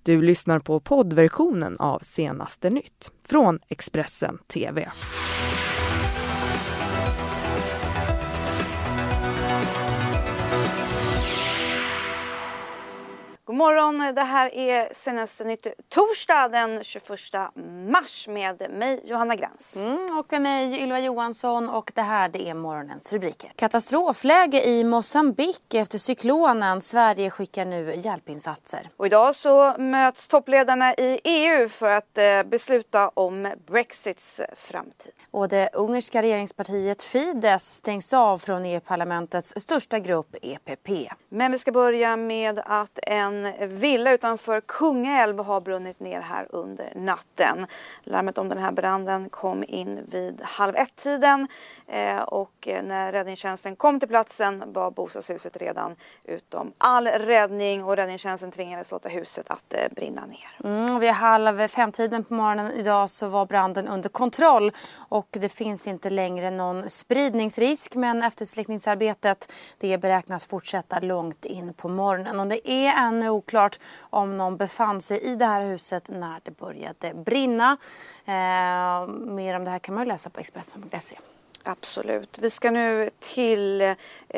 Du lyssnar på poddversionen av Senaste nytt från Expressen TV. God morgon, det här är Senaste nytt torsdag den 21 mars med mig Johanna Grans. Och med mig Ylva Johansson, och det här det är morgonens rubriker. Katastrofläge i Mozambique efter cyklonen. Sverige skickar nu hjälpinsatser. Och idag så möts toppledarna i EU för att besluta om Brexits framtid. Och det ungerska regeringspartiet Fidesz stängs av från EU-parlamentets största grupp EPP. Men vi ska börja med att en villa utanför Kungälv har brunnit ner här under natten. Larmet om den här branden kom in vid 12:30 och när räddningstjänsten kom till platsen var bostadshuset redan utom all räddning och räddningstjänsten tvingades låta huset att brinna ner. Vid 4:30 på morgonen idag så var branden under kontroll och det finns inte längre någon spridningsrisk, men eftersläckningsarbetet det beräknas fortsätta långt in på morgonen och det är ännu oklart om någon befann sig i det här huset när det började brinna. Mer om det här kan man läsa på Expressen.se. Absolut. Vi ska nu till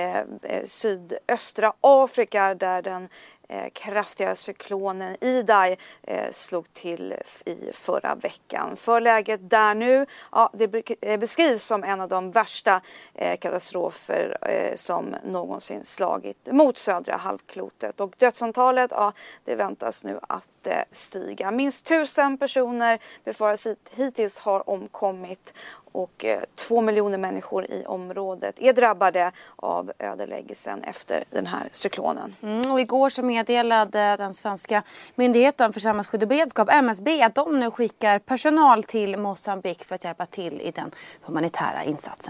sydöstra Afrika där den kraftiga cyklonen Idai slog till i förra veckan. För läget där nu, ja, det beskrivs som en av de värsta katastrofer som någonsin slagit mot södra halvklotet. Och dödsantalet, ja, det väntas nu att stiga. Minst 1000 personer befaras hittills har omkommit och 2 miljoner människor i området är drabbade av ödeläggelsen efter den här cyklonen. Och igår så meddelade den svenska myndigheten för samhällsskydd och beredskap, MSB, att de nu skickar personal till Mozambique för att hjälpa till i den humanitära insatsen.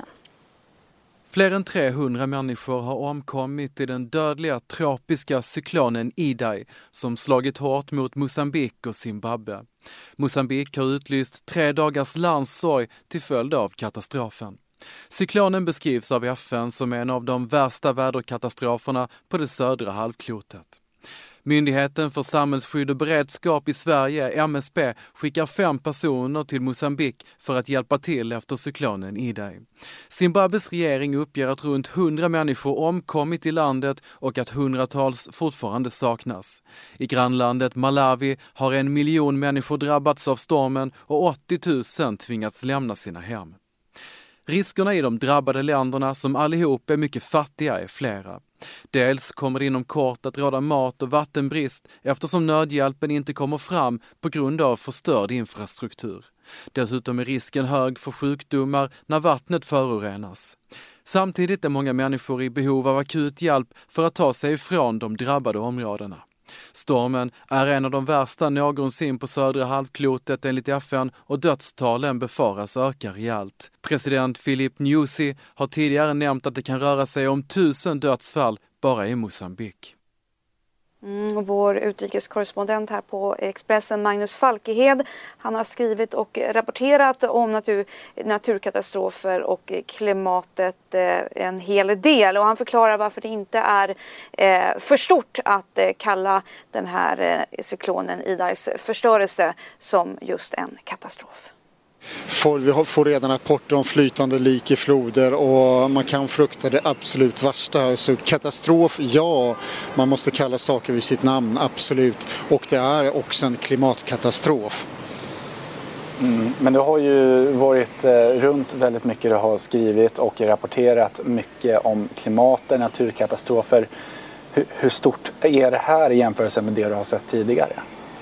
Fler än 300 människor har omkommit i den dödliga tropiska cyklonen Idai som slagit hårt mot Mozambique och Zimbabwe. Mozambique har utlyst 3 dagars landssorg till följd av katastrofen. Cyklonen beskrivs av FN som en av de värsta väderkatastroferna på det södra halvklotet. Myndigheten för samhällsskydd och beredskap i Sverige, MSB, skickar 5 personer till Mozambique för att hjälpa till efter cyklonen Idai. Zimbabwes regering uppger att runt 100 människor omkommit i landet och att hundratals fortfarande saknas. I grannlandet Malawi har 1 miljon människor drabbats av stormen och 80 000 tvingats lämna sina hem. Riskerna i de drabbade länderna, som allihop är mycket fattiga, är flera. Dels kommer det inom kort att råda mat- och vattenbrist eftersom nödhjälpen inte kommer fram på grund av förstörd infrastruktur. Dessutom är risken hög för sjukdomar när vattnet förorenas. Samtidigt är många människor i behov av akut hjälp för att ta sig ifrån de drabbade områdena. Stormen är en av de värsta någonsin på södra halvklotet enligt FN och dödstalen befaras öka rejält. President Philip Nyusi har tidigare nämnt att det kan röra sig om 1000 dödsfall bara i Mozambique. Vår utrikeskorrespondent här på Expressen, Magnus Falkehed, han har skrivit och rapporterat om naturkatastrofer och klimatet en hel del. Och han förklarar varför det inte är för stort att kalla den här cyklonen Idais förstörelse som just en katastrof. Vi får redan rapporter om flytande lik i floder och man kan frukta det absolut värsta här. Så katastrof, ja, man måste kalla saker vid sitt namn, absolut. Och det är också en klimatkatastrof. Men du har ju varit runt väldigt mycket, du har skrivit och rapporterat mycket om klimatet, naturkatastrofer. Hur stort är det här i jämförelse med det du har sett tidigare?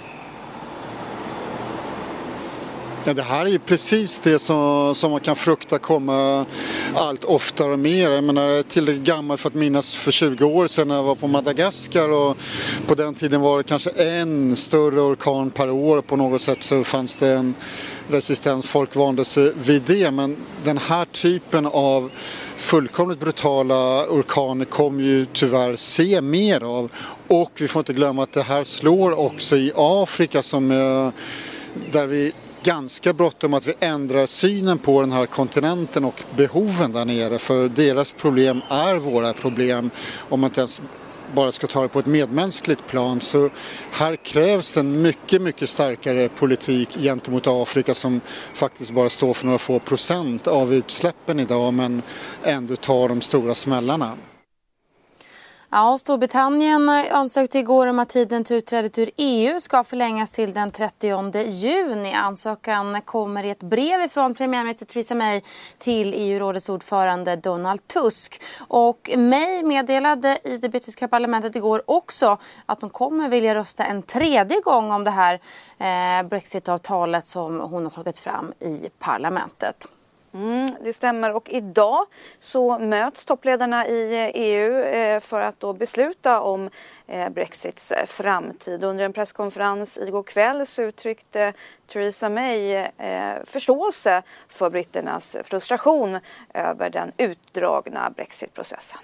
Ja, det här är ju precis det som man kan frukta komma allt oftare och mer. Jag menar, tillräckligt gammal för att minnas för 20 år sedan när jag var på Madagaskar, och på den tiden var det kanske en större orkan per år. På något sätt så fanns det en resistens, folk vande sig vid det. Men den här typen av fullkomligt brutala orkaner kommer ju tyvärr se mer av. Och vi får inte glömma att det här slår också i Afrika där vi ganska bråttom att vi ändrar synen på den här kontinenten och behoven där nere, för deras problem är våra problem, om man inte ens bara ska ta det på ett medmänskligt plan. Så här krävs det en mycket, mycket starkare politik gentemot Afrika som faktiskt bara står för några få procent av utsläppen idag men ändå tar de stora smällarna. Ja, Storbritannien ansökte igår om att tiden till utträdet ur EU ska förlängas till den 30 juni. Ansökan kommer i ett brev från premiärminister Theresa May till EU-rådets ordförande Donald Tusk. Och May meddelade i det brittiska parlamentet igår också att de kommer vilja rösta en tredje gång om det här Brexit-avtalet som hon har tagit fram i parlamentet. Det stämmer, och idag så möts toppledarna i EU för att då besluta om Brexits framtid. Under en presskonferens igår kväll så uttryckte Theresa May förståelse för britternas frustration över den utdragna Brexit-processen.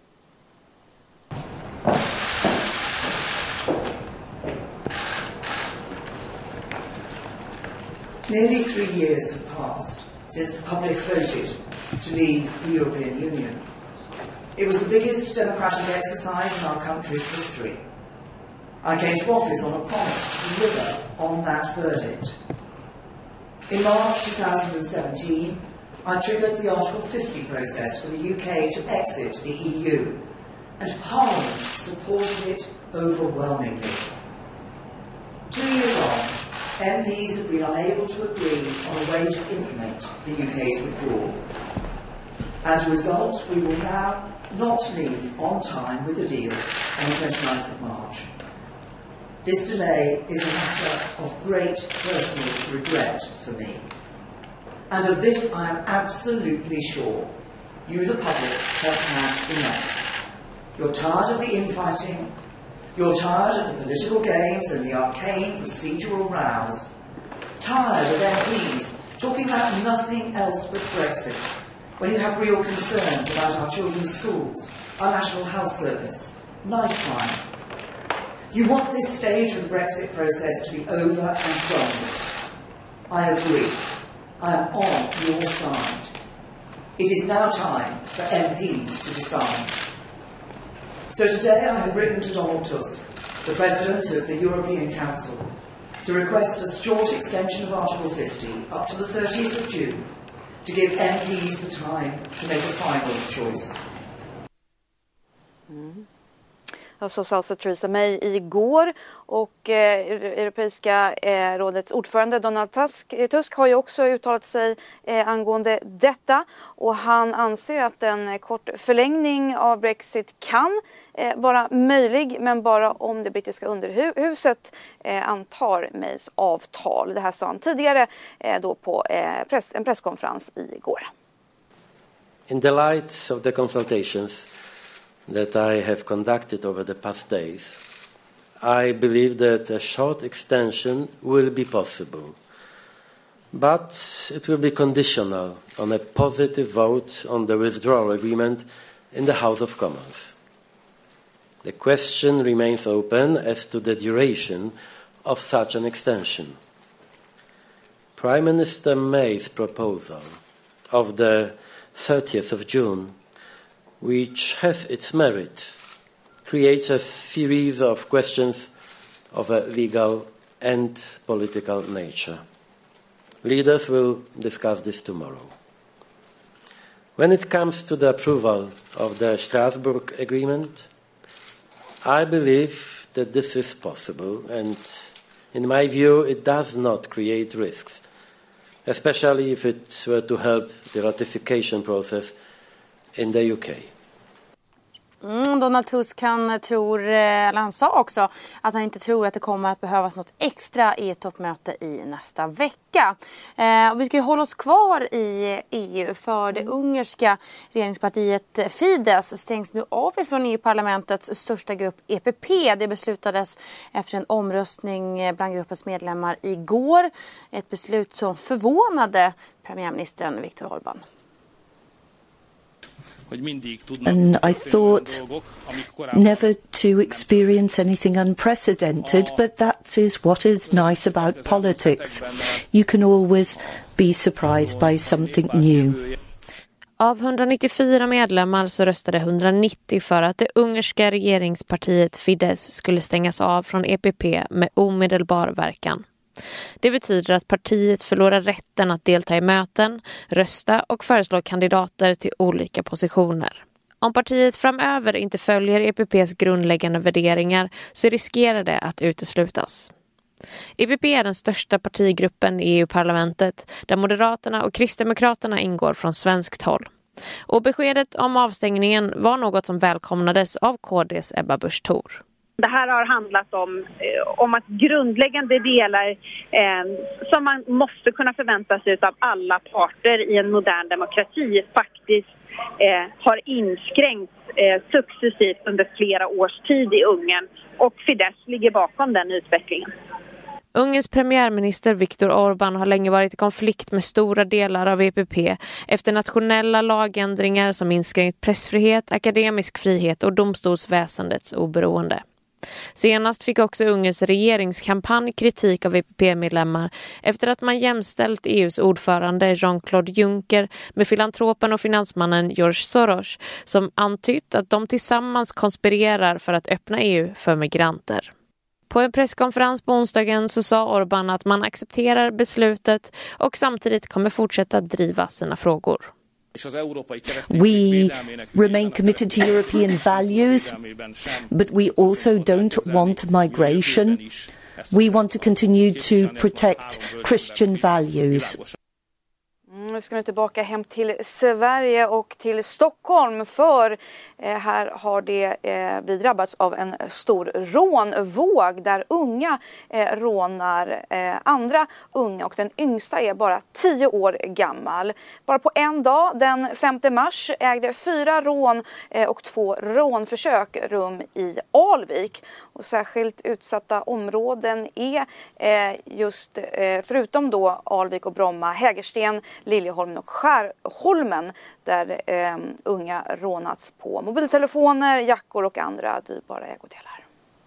Nearly 3 years have passed since the public voted to leave the European Union. It was the biggest democratic exercise in our country's history. I came to office on a promise to deliver on that verdict. In March 2017, I triggered the Article 50 process for the UK to exit the EU, and Parliament supported it overwhelmingly. 2 years on, MPs have been unable to agree on a way to implement the UK's withdrawal. As a result, we will now not leave on time with the deal on the 29th of March. This delay is a matter of great personal regret for me. And of this I am absolutely sure. You, the public, have had enough. You're tired of the infighting. You're tired of the political games and the arcane procedural rows. Tired of MPs talking about nothing else but Brexit, when you have real concerns about our children's schools, our National Health Service, lifeline. You want this stage of the Brexit process to be over and done with. I agree. I am on your side. It is now time for MPs to decide. So today I have written to Donald Tusk, the President of the European Council, to request a short extension of Article 50 up to the 30th of June to give MPs the time to make a final choice. Så sa alltså Theresa May igår, och Europeiska rådets ordförande Donald Tusk har ju också uttalat sig angående detta, och han anser att en kort förlängning av Brexit kan vara möjlig, men bara om det brittiska underhuset antar Mays avtal. Det här sa han tidigare då på en presskonferens igår. In the light of the consultations that I have conducted over the past days, I believe that a short extension will be possible, but it will be conditional on a positive vote on the withdrawal agreement in the House of Commons. The question remains open as to the duration of such an extension. Prime Minister May's proposal of the 30th of June, which has its merit, creates a series of questions of a legal and political nature. Leaders will discuss this tomorrow. When it comes to the approval of the Strasbourg Agreement, I believe that this is possible, and in my view it does not create risks, especially if it were to help the ratification process in the UK. Donald Tusk han sa också att han inte tror att det kommer att behövas något extra i ett toppmöte i nästa vecka. Och vi ska ju hålla oss kvar i EU, för det ungerska regeringspartiet Fidesz stängs nu av ifrån EU-parlamentets största grupp EPP. Det beslutades efter en omröstning bland gruppens medlemmar igår. Ett beslut som förvånade premiärministern Viktor Orbán. And I thought never to experience anything unprecedented, but that is what is nice about politics. You can always be surprised by something new. Av 194 medlemmar så röstade 190 för att det ungerska regeringspartiet Fidesz skulle stängas av från EPP med omedelbar verkan. Det betyder att partiet förlorar rätten att delta i möten, rösta och föreslå kandidater till olika positioner. Om partiet framöver inte följer EPPs grundläggande värderingar så riskerar det att uteslutas. EPP är den största partigruppen i EU-parlamentet där Moderaterna och Kristdemokraterna ingår från svenskt håll. Och beskedet om avstängningen var något som välkomnades av KDs Ebba Busch Thor. Det här har handlat om att grundläggande delar som man måste kunna förvänta sig av alla parter i en modern demokrati faktiskt har inskränkts successivt under flera års tid i Ungern, och Fidesz ligger bakom den utvecklingen. Ungerns premiärminister Viktor Orbán har länge varit i konflikt med stora delar av EPP efter nationella lagändringar som inskränkt pressfrihet, akademisk frihet och domstolsväsendets oberoende. Senast fick också Ungerns regeringskampanj kritik av EPP-medlemmar efter att man jämställt EUs ordförande Jean-Claude Juncker med filantropen och finansmannen George Soros som antytt att de tillsammans konspirerar för att öppna EU för migranter. På en presskonferens på onsdagen så sa Orbán att man accepterar beslutet och samtidigt kommer fortsätta driva sina frågor. We remain committed to European values, but we also don't want migration. We want to continue to protect Christian values. Vi ska nu tillbaka hem till Sverige och till Stockholm, för här har vi drabbats av en stor rånvåg där unga rånar andra unga, och den yngsta är bara 10 år gammal. Bara på en dag, den 5 mars, ägde 4 rån och 2 rånförsök rum i Alvik. Och särskilt utsatta områden är just, förutom då Alvik och Bromma, Hägersten, Liljeholmen och Skärholmen, där unga rånats på mobiltelefoner, jackor och andra dyrbara ägodelar.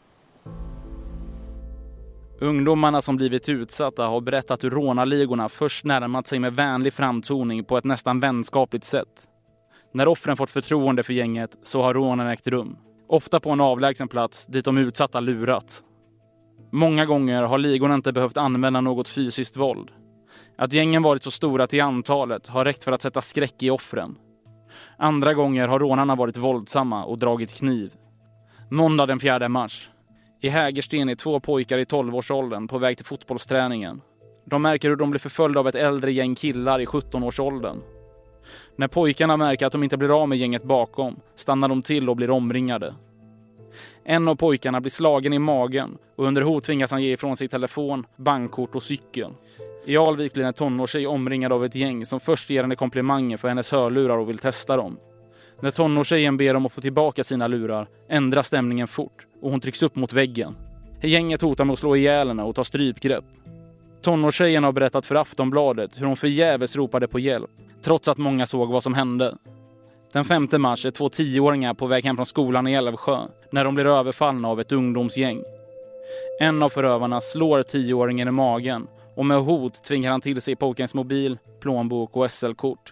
Ungdomarna som blivit utsatta har berättat hur rånarligorna först närmat sig med vänlig framtoning på ett nästan vänskapligt sätt. När offren fått förtroende för gänget så har rånen ägt rum. Ofta på en avlägsen plats dit de utsatta lurat. Många gånger har ligorna inte behövt använda något fysiskt våld. Att gängen varit så stora till antalet har räckt för att sätta skräck i offren. Andra gånger har rånarna varit våldsamma och dragit kniv. Måndag den 4 mars. I Hägersten är 2 pojkar i 12-årsåldern på väg till fotbollsträningen. De märker hur de blir förföljda av ett äldre gäng killar i 17-årsåldern. När pojkarna märker att de inte blir av med gänget bakom stannar de till och blir omringade. En av pojkarna blir slagen i magen och under hot tvingas han ge ifrån sig telefon, bankkort och cykel. I Alvik blir en tonårstjej omringad av ett gäng som först ger henne komplimanger för hennes hörlurar och vill testa dem. När tonårstjejen ber om att få tillbaka sina lurar ändrar stämningen fort och hon trycks upp mot väggen. Gänget hotar med att slå ihjäl henne och ta strypgrepp. Tonårstjejen har berättat för Aftonbladet hur hon förgäves ropade på hjälp, trots att många såg vad som hände. Den 5 mars är 2 10-åringar på väg hem från skolan i Älvsjö när de blir överfallna av ett ungdomsgäng. En av förövarna slår 10-åringen i magen och med hot tvingar han till sig pojkens mobil, plånbok och SL-kort.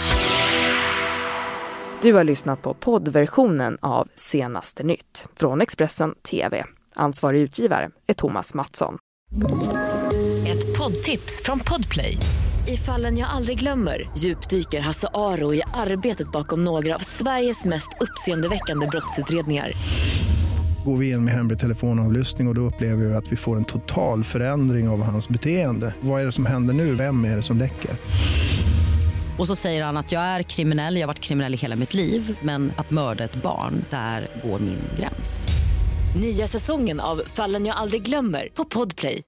Du har lyssnat på poddversionen av Senaste nytt från Expressen TV. Ansvarig utgivare är Thomas Mattsson. Ett poddtips från Podplay. I Fallen jag aldrig glömmer djupdyker Hasse Aro i arbetet bakom några av Sveriges mest uppseendeväckande brottsutredningar. Går vi in med hemlig telefonavlyssning och då upplever vi att vi får en total förändring av hans beteende. Vad är det som händer nu? Vem är det som läcker? Och så säger han att jag är kriminell, jag har varit kriminell i hela mitt liv. Men att mörda ett barn, där går min gräns. Nya säsongen av Fallen jag aldrig glömmer på Podplay.